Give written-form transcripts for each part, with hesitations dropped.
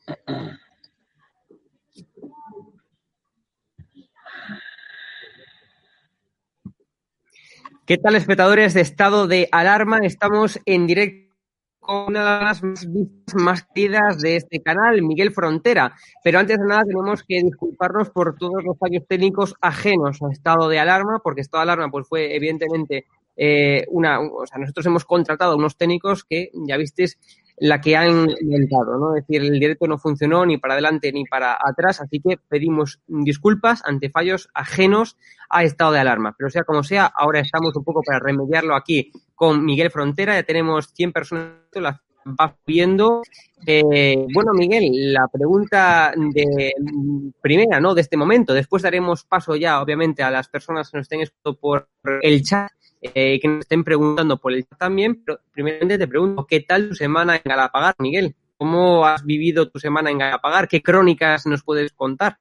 ¿Qué tal, espectadores de Estado de Alarma? Estamos en directo con una de las más vistas, más queridas de este canal, Miguel Frontera. Pero antes de nada tenemos que disculparnos por todos los fallos técnicos ajenos a Estado de Alarma, porque Estado de Alarma pues fue evidentemente nosotros hemos contratado a unos técnicos que ya visteis la que han inventado, ¿no? Es decir, el directo no funcionó ni para adelante ni para atrás, así que pedimos disculpas ante fallos ajenos a Estado de Alarma. Pero sea como sea, ahora estamos un poco para remediarlo aquí con Miguel Frontera. Ya tenemos 100 personas, las va viendo. Bueno, Miguel, la pregunta de primera, ¿no? De este momento. Después daremos paso ya, obviamente, a las personas que nos estén escuchando por el chat, que nos estén preguntando por el chat también. Pero primeramente te pregunto, ¿qué tal tu semana en Galapagar, Miguel? ¿Cómo has vivido tu semana en Galapagar? ¿Qué crónicas nos puedes contar?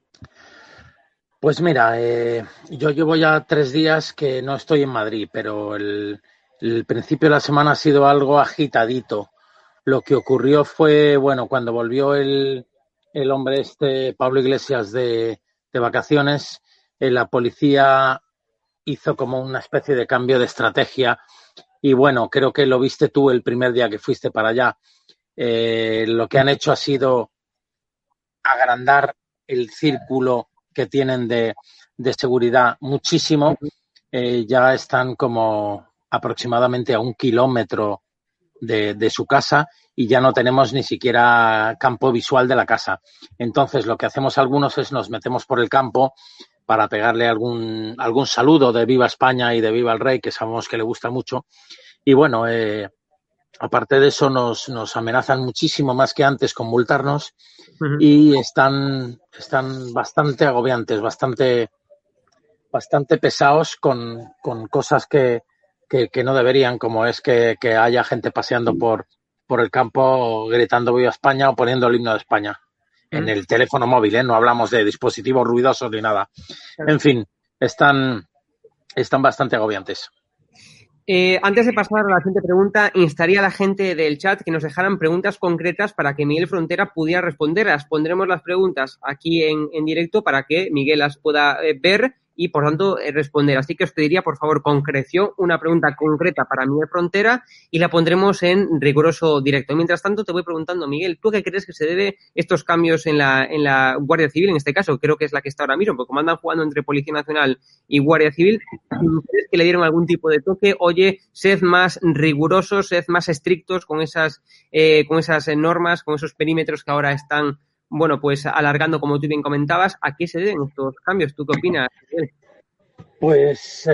Pues mira, yo llevo ya 3 días que no estoy en Madrid, pero el principio de la semana ha sido algo agitadito. Lo que ocurrió fue, bueno, cuando volvió el hombre Pablo Iglesias, de vacaciones, la policía hizo como una especie de cambio de estrategia y bueno, creo que lo viste tú el primer día que fuiste para allá. Lo que han hecho ha sido agrandar el círculo que tienen de seguridad muchísimo. Ya están como aproximadamente a 1 kilómetro de su casa y ya no tenemos ni siquiera campo visual de la casa. Entonces, lo que hacemos algunos es nos metemos por el campo para pegarle algún saludo de Viva España y de Viva el Rey, que sabemos que le gusta mucho. Y bueno, aparte de eso, nos amenazan muchísimo más que antes con multarnos. Y están bastante agobiantes, bastante pesados con cosas que no deberían, como es que haya gente paseando por el campo gritando Viva España o poniendo el himno de España en el teléfono móvil, ¿eh? No hablamos de dispositivos ruidosos ni nada. En fin, están bastante agobiantes. Antes de pasar a la siguiente pregunta, instaría a la gente del chat que nos dejaran preguntas concretas para que Miguel Frontera pudiera responderlas. Pondremos las preguntas aquí en directo para que Miguel las pueda ver y, por tanto, responder. Así que os pediría, por favor, concreción, una pregunta concreta para Miguel Frontera y la pondremos en riguroso directo. Mientras tanto, te voy preguntando, Miguel, ¿tú qué crees que se debe estos cambios en la Guardia Civil? En este caso, creo que es la que está ahora mismo, porque como andan jugando entre Policía Nacional y Guardia Civil, ¿crees que le dieron algún tipo de toque? Oye, sed más rigurosos, sed más estrictos con esas normas, con esos perímetros que ahora están, bueno, pues alargando, como tú bien comentabas. ¿A qué se deben estos cambios? ¿Tú qué opinas, Miguel? Pues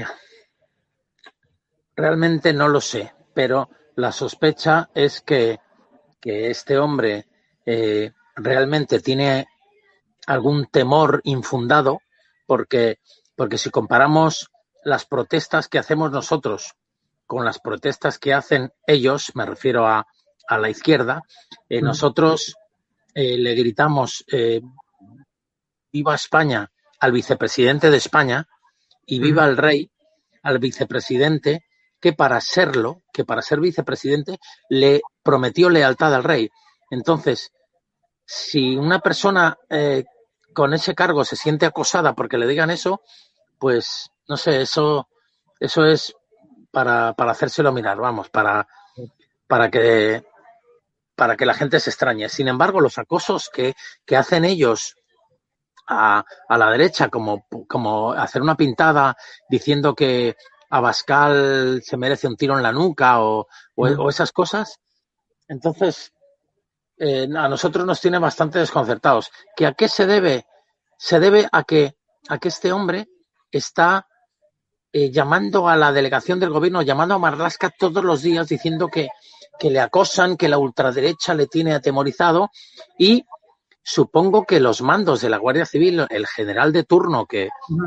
realmente no lo sé, pero la sospecha es que este hombre realmente tiene algún temor infundado, porque si comparamos las protestas que hacemos nosotros con las protestas que hacen ellos, me refiero a la izquierda, nosotros le gritamos Viva España al vicepresidente de España y Viva el Rey al vicepresidente que para ser vicepresidente le prometió lealtad al rey. Entonces, si una persona con ese cargo se siente acosada porque le digan eso, pues no sé, eso es para hacérselo mirar, vamos, para que la gente se extrañe. Sin embargo, los acosos que hacen ellos a la derecha, como hacer una pintada diciendo que Abascal se merece un tiro en la nuca o esas cosas, entonces a nosotros nos tiene bastante desconcertados. ¿Que a qué se debe? Se debe a que este hombre está llamando a la delegación del gobierno, llamando a Marlaska todos los días diciendo que le acosan, que la ultraderecha le tiene atemorizado, y supongo que los mandos de la Guardia Civil, el general de turno que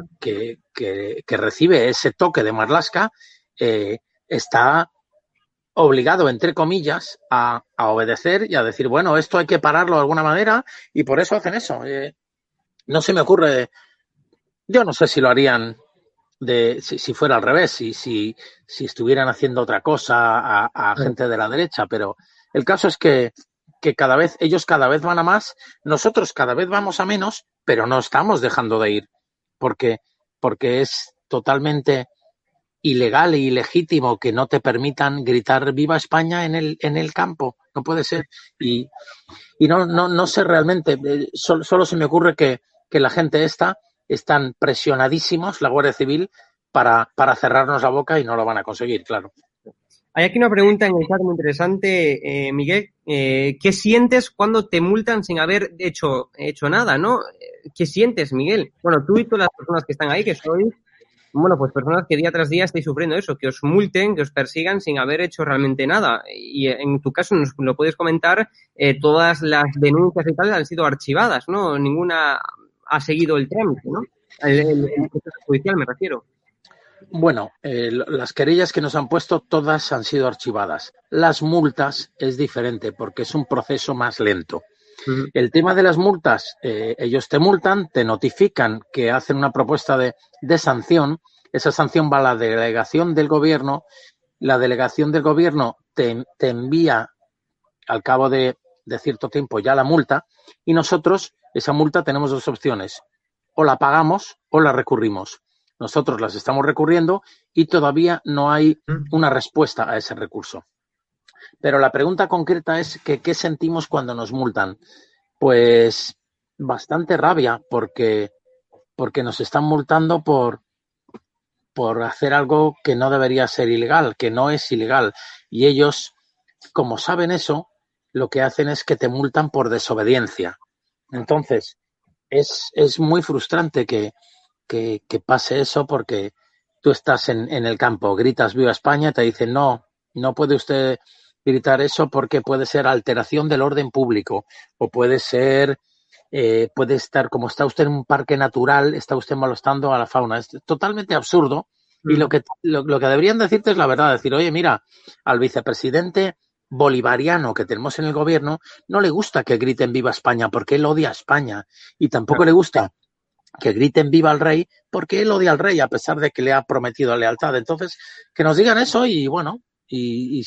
recibe ese toque de Marlaska, está obligado, entre comillas, a obedecer y a decir, bueno, esto hay que pararlo de alguna manera, y por eso hacen eso. No se me ocurre, yo no sé si lo harían si fuera al revés, si estuvieran haciendo otra cosa a gente de la derecha, pero el caso es que que ellos cada vez van a más, nosotros cada vez vamos a menos, pero no estamos dejando de ir, porque es totalmente ilegal e ilegítimo que no te permitan gritar viva España en el campo. No puede ser. Y no sé realmente, solo se me ocurre que la gente están presionadísimos, la Guardia Civil, para cerrarnos la boca y no lo van a conseguir, claro. Hay aquí una pregunta en el chat muy interesante, Miguel. ¿Qué sientes cuando te multan sin haber hecho nada, no? ¿Qué sientes, Miguel? Bueno, tú y todas las personas que están ahí, que sois, bueno, pues personas que día tras día estáis sufriendo eso, que os multen, que os persigan sin haber hecho realmente nada. Y en tu caso, nos lo puedes comentar, todas las denuncias y tal han sido archivadas, ¿no? Ninguna ha seguido el trámite, ¿no? El proceso judicial, me refiero. Bueno, las querellas que nos han puesto todas han sido archivadas. Las multas es diferente porque es un proceso más lento. Uh-huh. El tema de las multas, ellos te multan, te notifican que hacen una propuesta de sanción. Esa sanción va a la delegación del gobierno. La delegación del gobierno te envía al cabo de cierto tiempo ya la multa y nosotros esa multa tenemos dos opciones. O la pagamos o la recurrimos. Nosotros las estamos recurriendo y todavía no hay una respuesta a ese recurso. Pero la pregunta concreta es que ¿qué sentimos cuando nos multan? Pues bastante rabia porque nos están multando por hacer algo que no debería ser ilegal, que no es ilegal. Y ellos, como saben eso, lo que hacen es que te multan por desobediencia. Entonces, es muy frustrante que pase eso porque tú estás en el campo, gritas viva España, te dicen no puede usted gritar eso porque puede ser alteración del orden público o puede ser, puede estar, como está usted en un parque natural, está usted molestando a la fauna. Es totalmente absurdo y lo que deberían decirte es la verdad, decir, oye, mira, al vicepresidente bolivariano que tenemos en el gobierno no le gusta que griten viva España porque él odia a España y tampoco le gusta que griten viva al rey porque él odia al rey a pesar de que le ha prometido lealtad. Entonces, que nos digan eso y bueno, y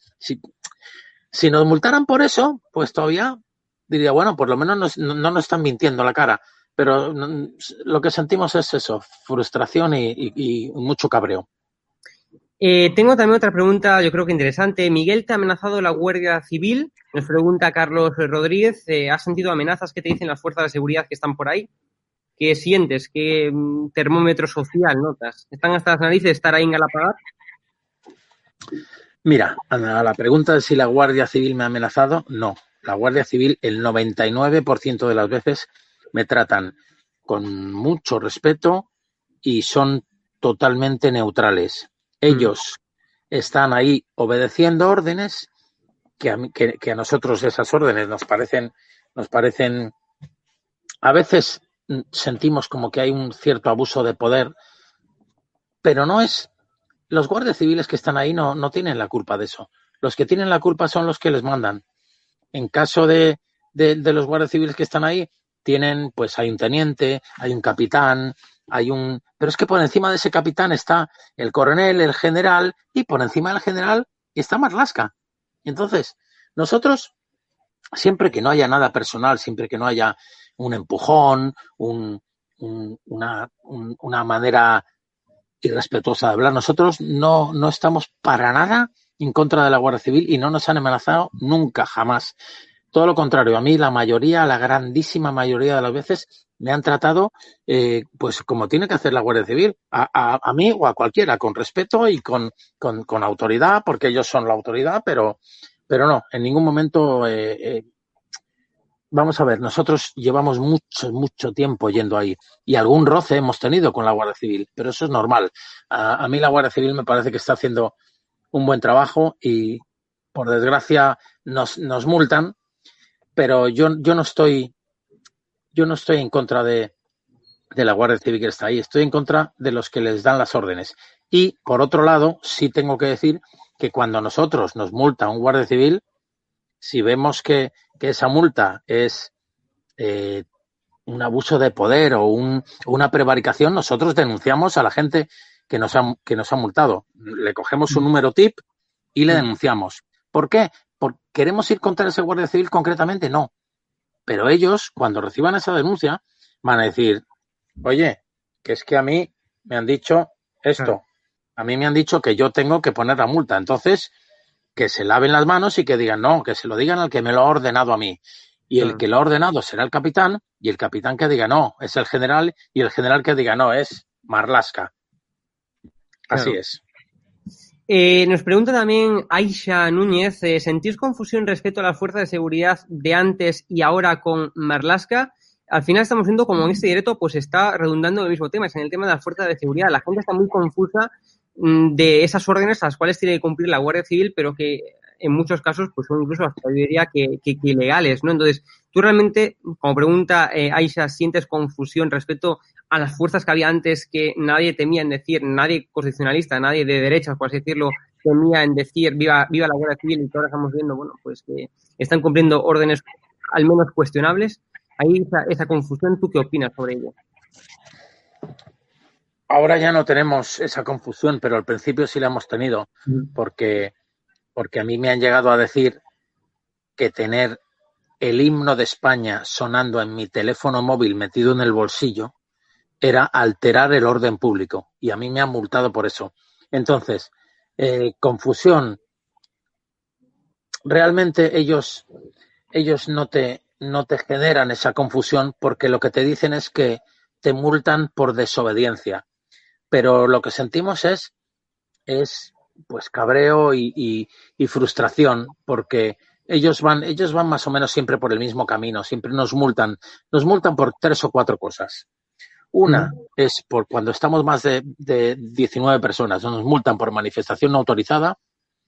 si nos multaran por eso, pues todavía diría, bueno, por lo menos no nos están mintiendo la cara. Pero lo que sentimos es eso, frustración y mucho cabreo. Tengo también otra pregunta, yo creo que interesante. Miguel, ¿te ha amenazado la Guardia Civil? Nos pregunta Carlos Rodríguez. ¿Has sentido amenazas que te dicen las fuerzas de seguridad que están por ahí? ¿Qué sientes? ¿Qué termómetro social notas? ¿Están hasta las narices de estar ahí en Galapagar? Mira, a la pregunta de si la Guardia Civil me ha amenazado, no. La Guardia Civil, el 99% de las veces, me tratan con mucho respeto y son totalmente neutrales. Ellos están ahí obedeciendo órdenes que a nosotros esas órdenes nos parecen a veces sentimos como que hay un cierto abuso de poder, pero no es. Los guardias civiles que están ahí no tienen la culpa de eso. Los que tienen la culpa son los que les mandan. En caso de los guardias civiles que están ahí, pues hay un teniente, hay un capitán, pero es que por encima de ese capitán está el coronel, el general, y por encima del general está Marlaska. Entonces, nosotros, siempre que no haya nada personal, siempre que no haya un empujón, una manera irrespetuosa de hablar, nosotros no estamos para nada en contra de la Guardia Civil y no nos han amenazado nunca, jamás. Todo lo contrario, a mí la grandísima mayoría de las veces me han tratado pues como tiene que hacer la Guardia Civil, a mí o a cualquiera, con respeto y con autoridad, porque ellos son la autoridad, pero no, en ningún momento. Vamos a ver, nosotros llevamos mucho tiempo yendo ahí y algún roce hemos tenido con la Guardia Civil, pero eso es normal. A mí la Guardia Civil me parece que está haciendo un buen trabajo y, por desgracia, nos multan, pero yo no estoy en contra de la Guardia Civil que está ahí, estoy en contra de los que les dan las órdenes. Y, por otro lado, sí tengo que decir que cuando nosotros nos multa un Guardia Civil, si vemos que esa multa es un abuso de poder o una prevaricación, nosotros denunciamos a la gente que nos ha multado. Le cogemos un número TIP y le denunciamos. ¿Por qué? ¿queremos ir contra ese guardia civil concretamente? No. Pero ellos, cuando reciban esa denuncia, van a decir, oye, que es que a mí me han dicho esto. Claro. A mí me han dicho que yo tengo que poner la multa. Entonces, que se laven las manos y que digan, no, que se lo digan al que me lo ha ordenado a mí. Y el que lo ha ordenado será el capitán, y el capitán que diga, no, es el general, y el general que diga, no, es Marlaska. Así Claro. es. Nos pregunta también Aisha Núñez, ¿sentís confusión respecto a las fuerzas de seguridad de antes y ahora con Marlaska? Al final estamos viendo como en este directo pues está redundando en el mismo tema, es en el tema de las fuerzas de seguridad. La gente está muy confusa de esas órdenes a las cuales tiene que cumplir la Guardia Civil, pero que en muchos casos pues son incluso hasta yo diría que ilegales, ¿no? Entonces, tú realmente, como pregunta Aisha, ¿sientes confusión respecto a las fuerzas que había antes que nadie temía en decir, nadie constitucionalista, nadie de derechas, por así decirlo, temía en decir viva la Guardia Civil, y que ahora estamos viendo, bueno, pues que están cumpliendo órdenes al menos cuestionables? Ahí esa confusión, ¿tú qué opinas sobre ello? Ahora ya no tenemos esa confusión, pero al principio sí la hemos tenido, porque a mí me han llegado a decir que tener el himno de España sonando en mi teléfono móvil metido en el bolsillo era alterar el orden público, y a mí me han multado por eso. Entonces, confusión. Realmente ellos no te generan esa confusión, porque lo que te dicen es que te multan por desobediencia. Pero lo que sentimos es pues cabreo y frustración, porque ellos van más o menos siempre por el mismo camino, siempre nos multan por 3 o 4 cosas. Una es por cuando estamos más de 19 personas, nos multan por manifestación no autorizada,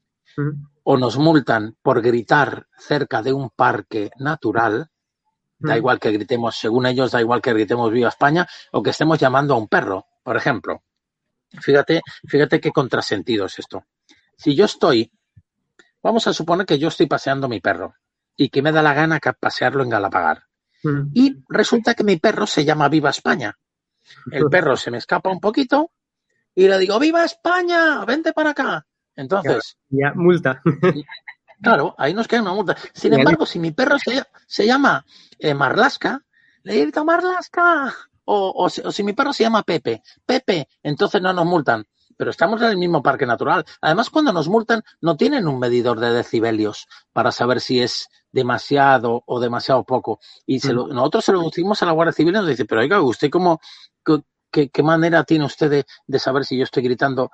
o nos multan por gritar cerca de un parque natural. Da igual que gritemos, según ellos, da igual que gritemos Viva España o que estemos llamando a un perro, por ejemplo. Fíjate qué contrasentido es esto. Si yo vamos a suponer que yo estoy paseando a mi perro y que me da la gana pasearlo en Galapagar. Y resulta que mi perro se llama Viva España. El perro se me escapa un poquito y le digo, ¡Viva España! ¡Vente para acá! Entonces... Ya, multa. Claro, ahí nos queda una multa. Sin embargo, si mi perro se llama Marlaska, le grito Marlaska. O si mi perro se llama Pepe, entonces no nos multan. Pero estamos en el mismo parque natural. Además, cuando nos multan, no tienen un medidor de decibelios para saber si es demasiado o demasiado poco. Y nosotros se lo decimos a la Guardia Civil y nos dice, pero oiga, ¿usted qué manera tiene usted de saber si yo estoy gritando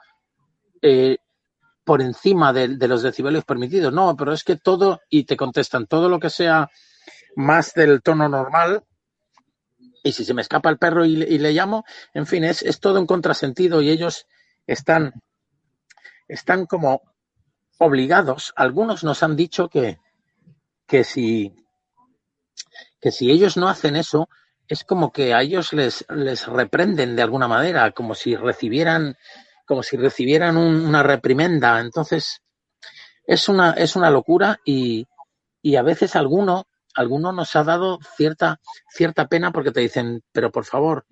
por encima de los decibelios permitidos? No, pero es que todo, y te contestan, todo lo que sea más del tono normal, y si se me escapa el perro y le llamo, en fin, es todo un contrasentido, y ellos están como obligados. Algunos nos han dicho que si ellos no hacen eso, es como que a ellos les reprenden de alguna manera, como si recibieran una reprimenda. Entonces, es una locura, y a veces alguno nos ha dado cierta pena, porque te dicen, pero por favor,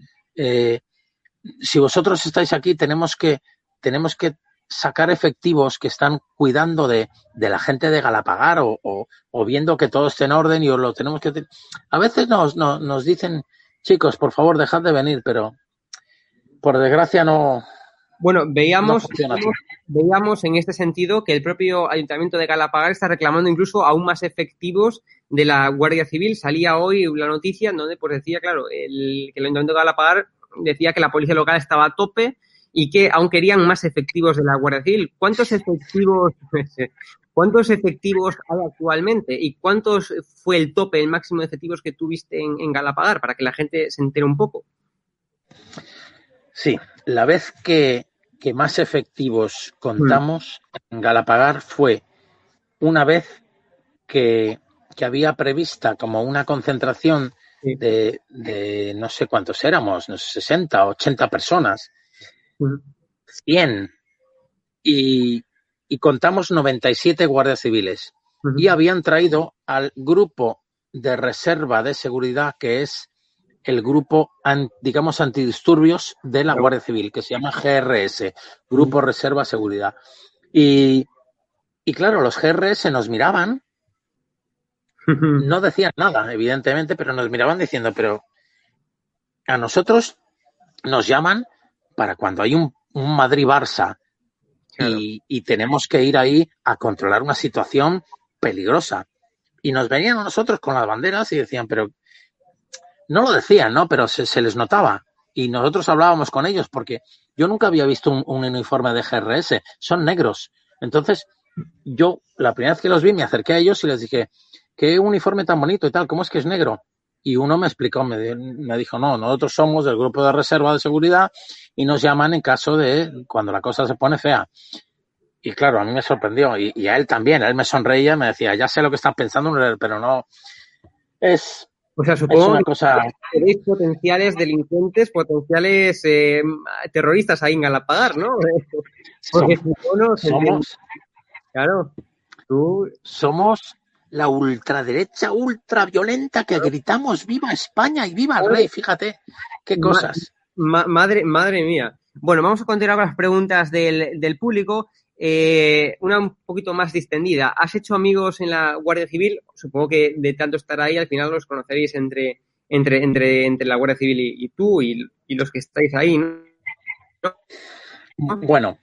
si vosotros estáis aquí, tenemos que sacar efectivos que están cuidando de la gente de Galapagar o viendo que todo esté en orden, y os lo tenemos que... A veces nos dicen, chicos, por favor, dejad de venir, pero por desgracia no... Bueno, veíamos en este sentido que el propio Ayuntamiento de Galapagar está reclamando incluso aún más efectivos de la Guardia Civil. Salía hoy la noticia en donde pues decía, claro, que el Ayuntamiento de Galapagar decía que la policía local estaba a tope y que aún querían más efectivos de la Guardia Civil. ¿Cuántos efectivos hay actualmente? ¿Y cuántos fue el tope, el máximo de efectivos que tuviste en Galapagar, para que la gente se entere un poco? Sí, la vez que más efectivos contamos en Galapagar fue una vez que había prevista como una concentración de no sé cuántos éramos, no sé, 60, 80 personas, 100, y contamos 97 guardias civiles, y habían traído al grupo de reserva de seguridad, que es el grupo, digamos, antidisturbios de la Guardia Civil, que se llama GRS, Grupo Reserva Seguridad. Y Y claro, los GRS nos miraban, no decían nada, evidentemente, pero nos miraban diciendo, pero a nosotros nos llaman para cuando hay un Madrid-Barça Claro. y tenemos que ir ahí a controlar una situación peligrosa. Y nos venían a nosotros con las banderas y decían, pero no lo decían, ¿no? Pero se les notaba. Y nosotros hablábamos con ellos porque yo nunca había visto un uniforme de GRS. Son negros. Entonces, yo la primera vez que los vi me acerqué a ellos y les dije, qué uniforme tan bonito y tal, ¿cómo es que es negro? Y uno me explicó, me dijo, no, nosotros somos del grupo de reserva de seguridad y nos llaman en caso de cuando la cosa se pone fea. Y claro, a mí me sorprendió y a él también, él me sonreía, me decía, ya sé lo que estás pensando, pero no, es, O sea, es supongo una que cosa... tenéis potenciales delincuentes, potenciales terroristas ahí en Galapagar, ¿no? Porque si no, no se entiende. Somos, Claro, tú, somos la ultraderecha ultraviolenta que gritamos viva España y viva el rey, fíjate qué ma- cosas. madre mía. Bueno, vamos a continuar con las preguntas del público. Una un poquito más distendida. ¿Has hecho amigos en la Guardia Civil? Supongo que de tanto estar ahí, al final los conoceréis entre la Guardia Civil y tú y los que estáis ahí, ¿no? Bueno,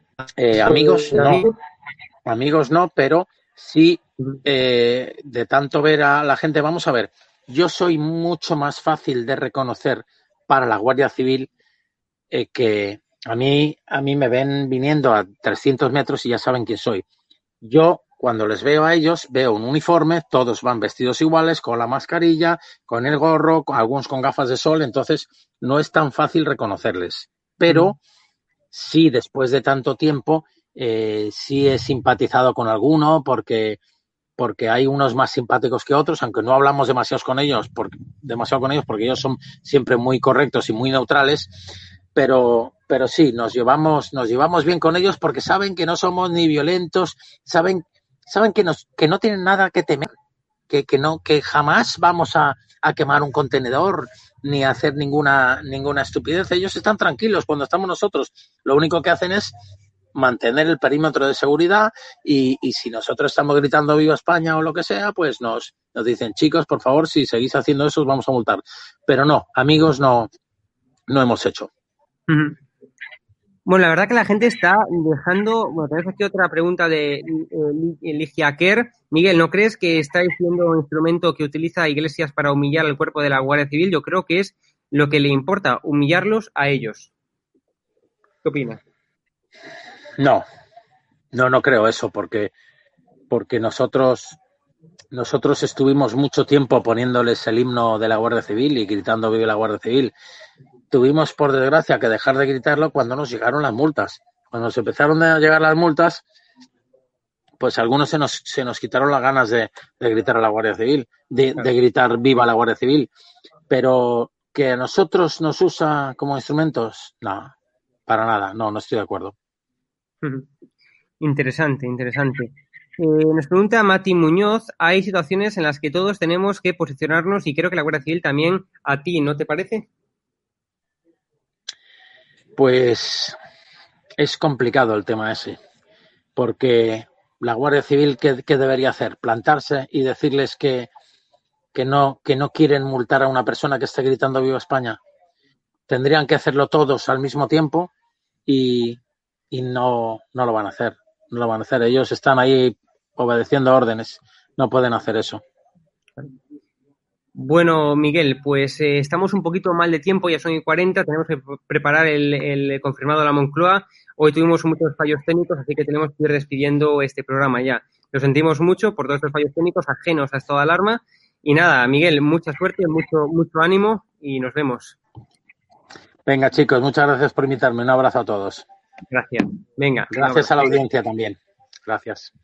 amigos no, pero sí de tanto ver a la gente. Vamos a ver, yo soy mucho más fácil de reconocer para la Guardia Civil que a mí me ven viniendo a 300 metros y ya saben quién soy. Yo, cuando les veo a ellos, veo un uniforme, todos van vestidos iguales, con la mascarilla, con el gorro, algunos con gafas de sol, entonces no es tan fácil reconocerles. Pero sí, después de tanto tiempo, sí he simpatizado con alguno porque hay unos más simpáticos que otros, aunque no hablamos demasiado con ellos porque ellos son siempre muy correctos y muy neutrales, pero sí, nos llevamos bien con ellos porque saben que no somos ni violentos, saben que no tienen nada que temer, que jamás vamos a quemar un contenedor ni a hacer ninguna estupidez. Ellos están tranquilos cuando estamos nosotros. Lo único que hacen es mantener el perímetro de seguridad y si nosotros estamos gritando viva España o lo que sea, pues nos dicen, chicos, por favor, si seguís haciendo eso os vamos a multar. Pero no, amigos no hemos hecho. Bueno, la verdad que la gente está dejando. Bueno, tenemos aquí otra pregunta de Ligia Kerr. Miguel, ¿no crees que estáis siendo un instrumento que utiliza Iglesias para humillar al cuerpo de la Guardia Civil? Yo creo que es lo que le importa, humillarlos a ellos. ¿Qué opinas? No creo eso, porque nosotros estuvimos mucho tiempo poniéndoles el himno de la Guardia Civil y gritando vive la Guardia Civil. Tuvimos, por desgracia, que dejar de gritarlo cuando nos llegaron las multas. Cuando nos empezaron a llegar las multas, pues algunos se nos quitaron las ganas de gritar a la Guardia Civil, de gritar viva la Guardia Civil. Pero que a nosotros nos usa como instrumentos, no, para nada, no estoy de acuerdo. Interesante. Nos pregunta Mati Muñoz, hay situaciones en las que todos tenemos que posicionarnos y creo que la Guardia Civil también a ti, ¿no te parece? Pues es complicado el tema ese, porque la Guardia Civil, ¿qué debería hacer? ¿Plantarse y decirles que no quieren multar a una persona que esté gritando viva España? Tendrían que hacerlo todos al mismo tiempo y no lo van a hacer. No lo van a hacer. Ellos están ahí obedeciendo órdenes. No pueden hacer eso. Bueno, Miguel, pues estamos un poquito mal de tiempo, ya son y 40, tenemos que preparar el confirmado de la Moncloa. Hoy tuvimos muchos fallos técnicos, así que tenemos que ir despidiendo este programa ya. Lo sentimos mucho por todos estos fallos técnicos ajenos a estado de alarma. Y nada, Miguel, mucha suerte, mucho ánimo y nos vemos. Venga, chicos, muchas gracias por invitarme. Un abrazo a todos. Gracias. Venga. Gracias a la audiencia también. Gracias.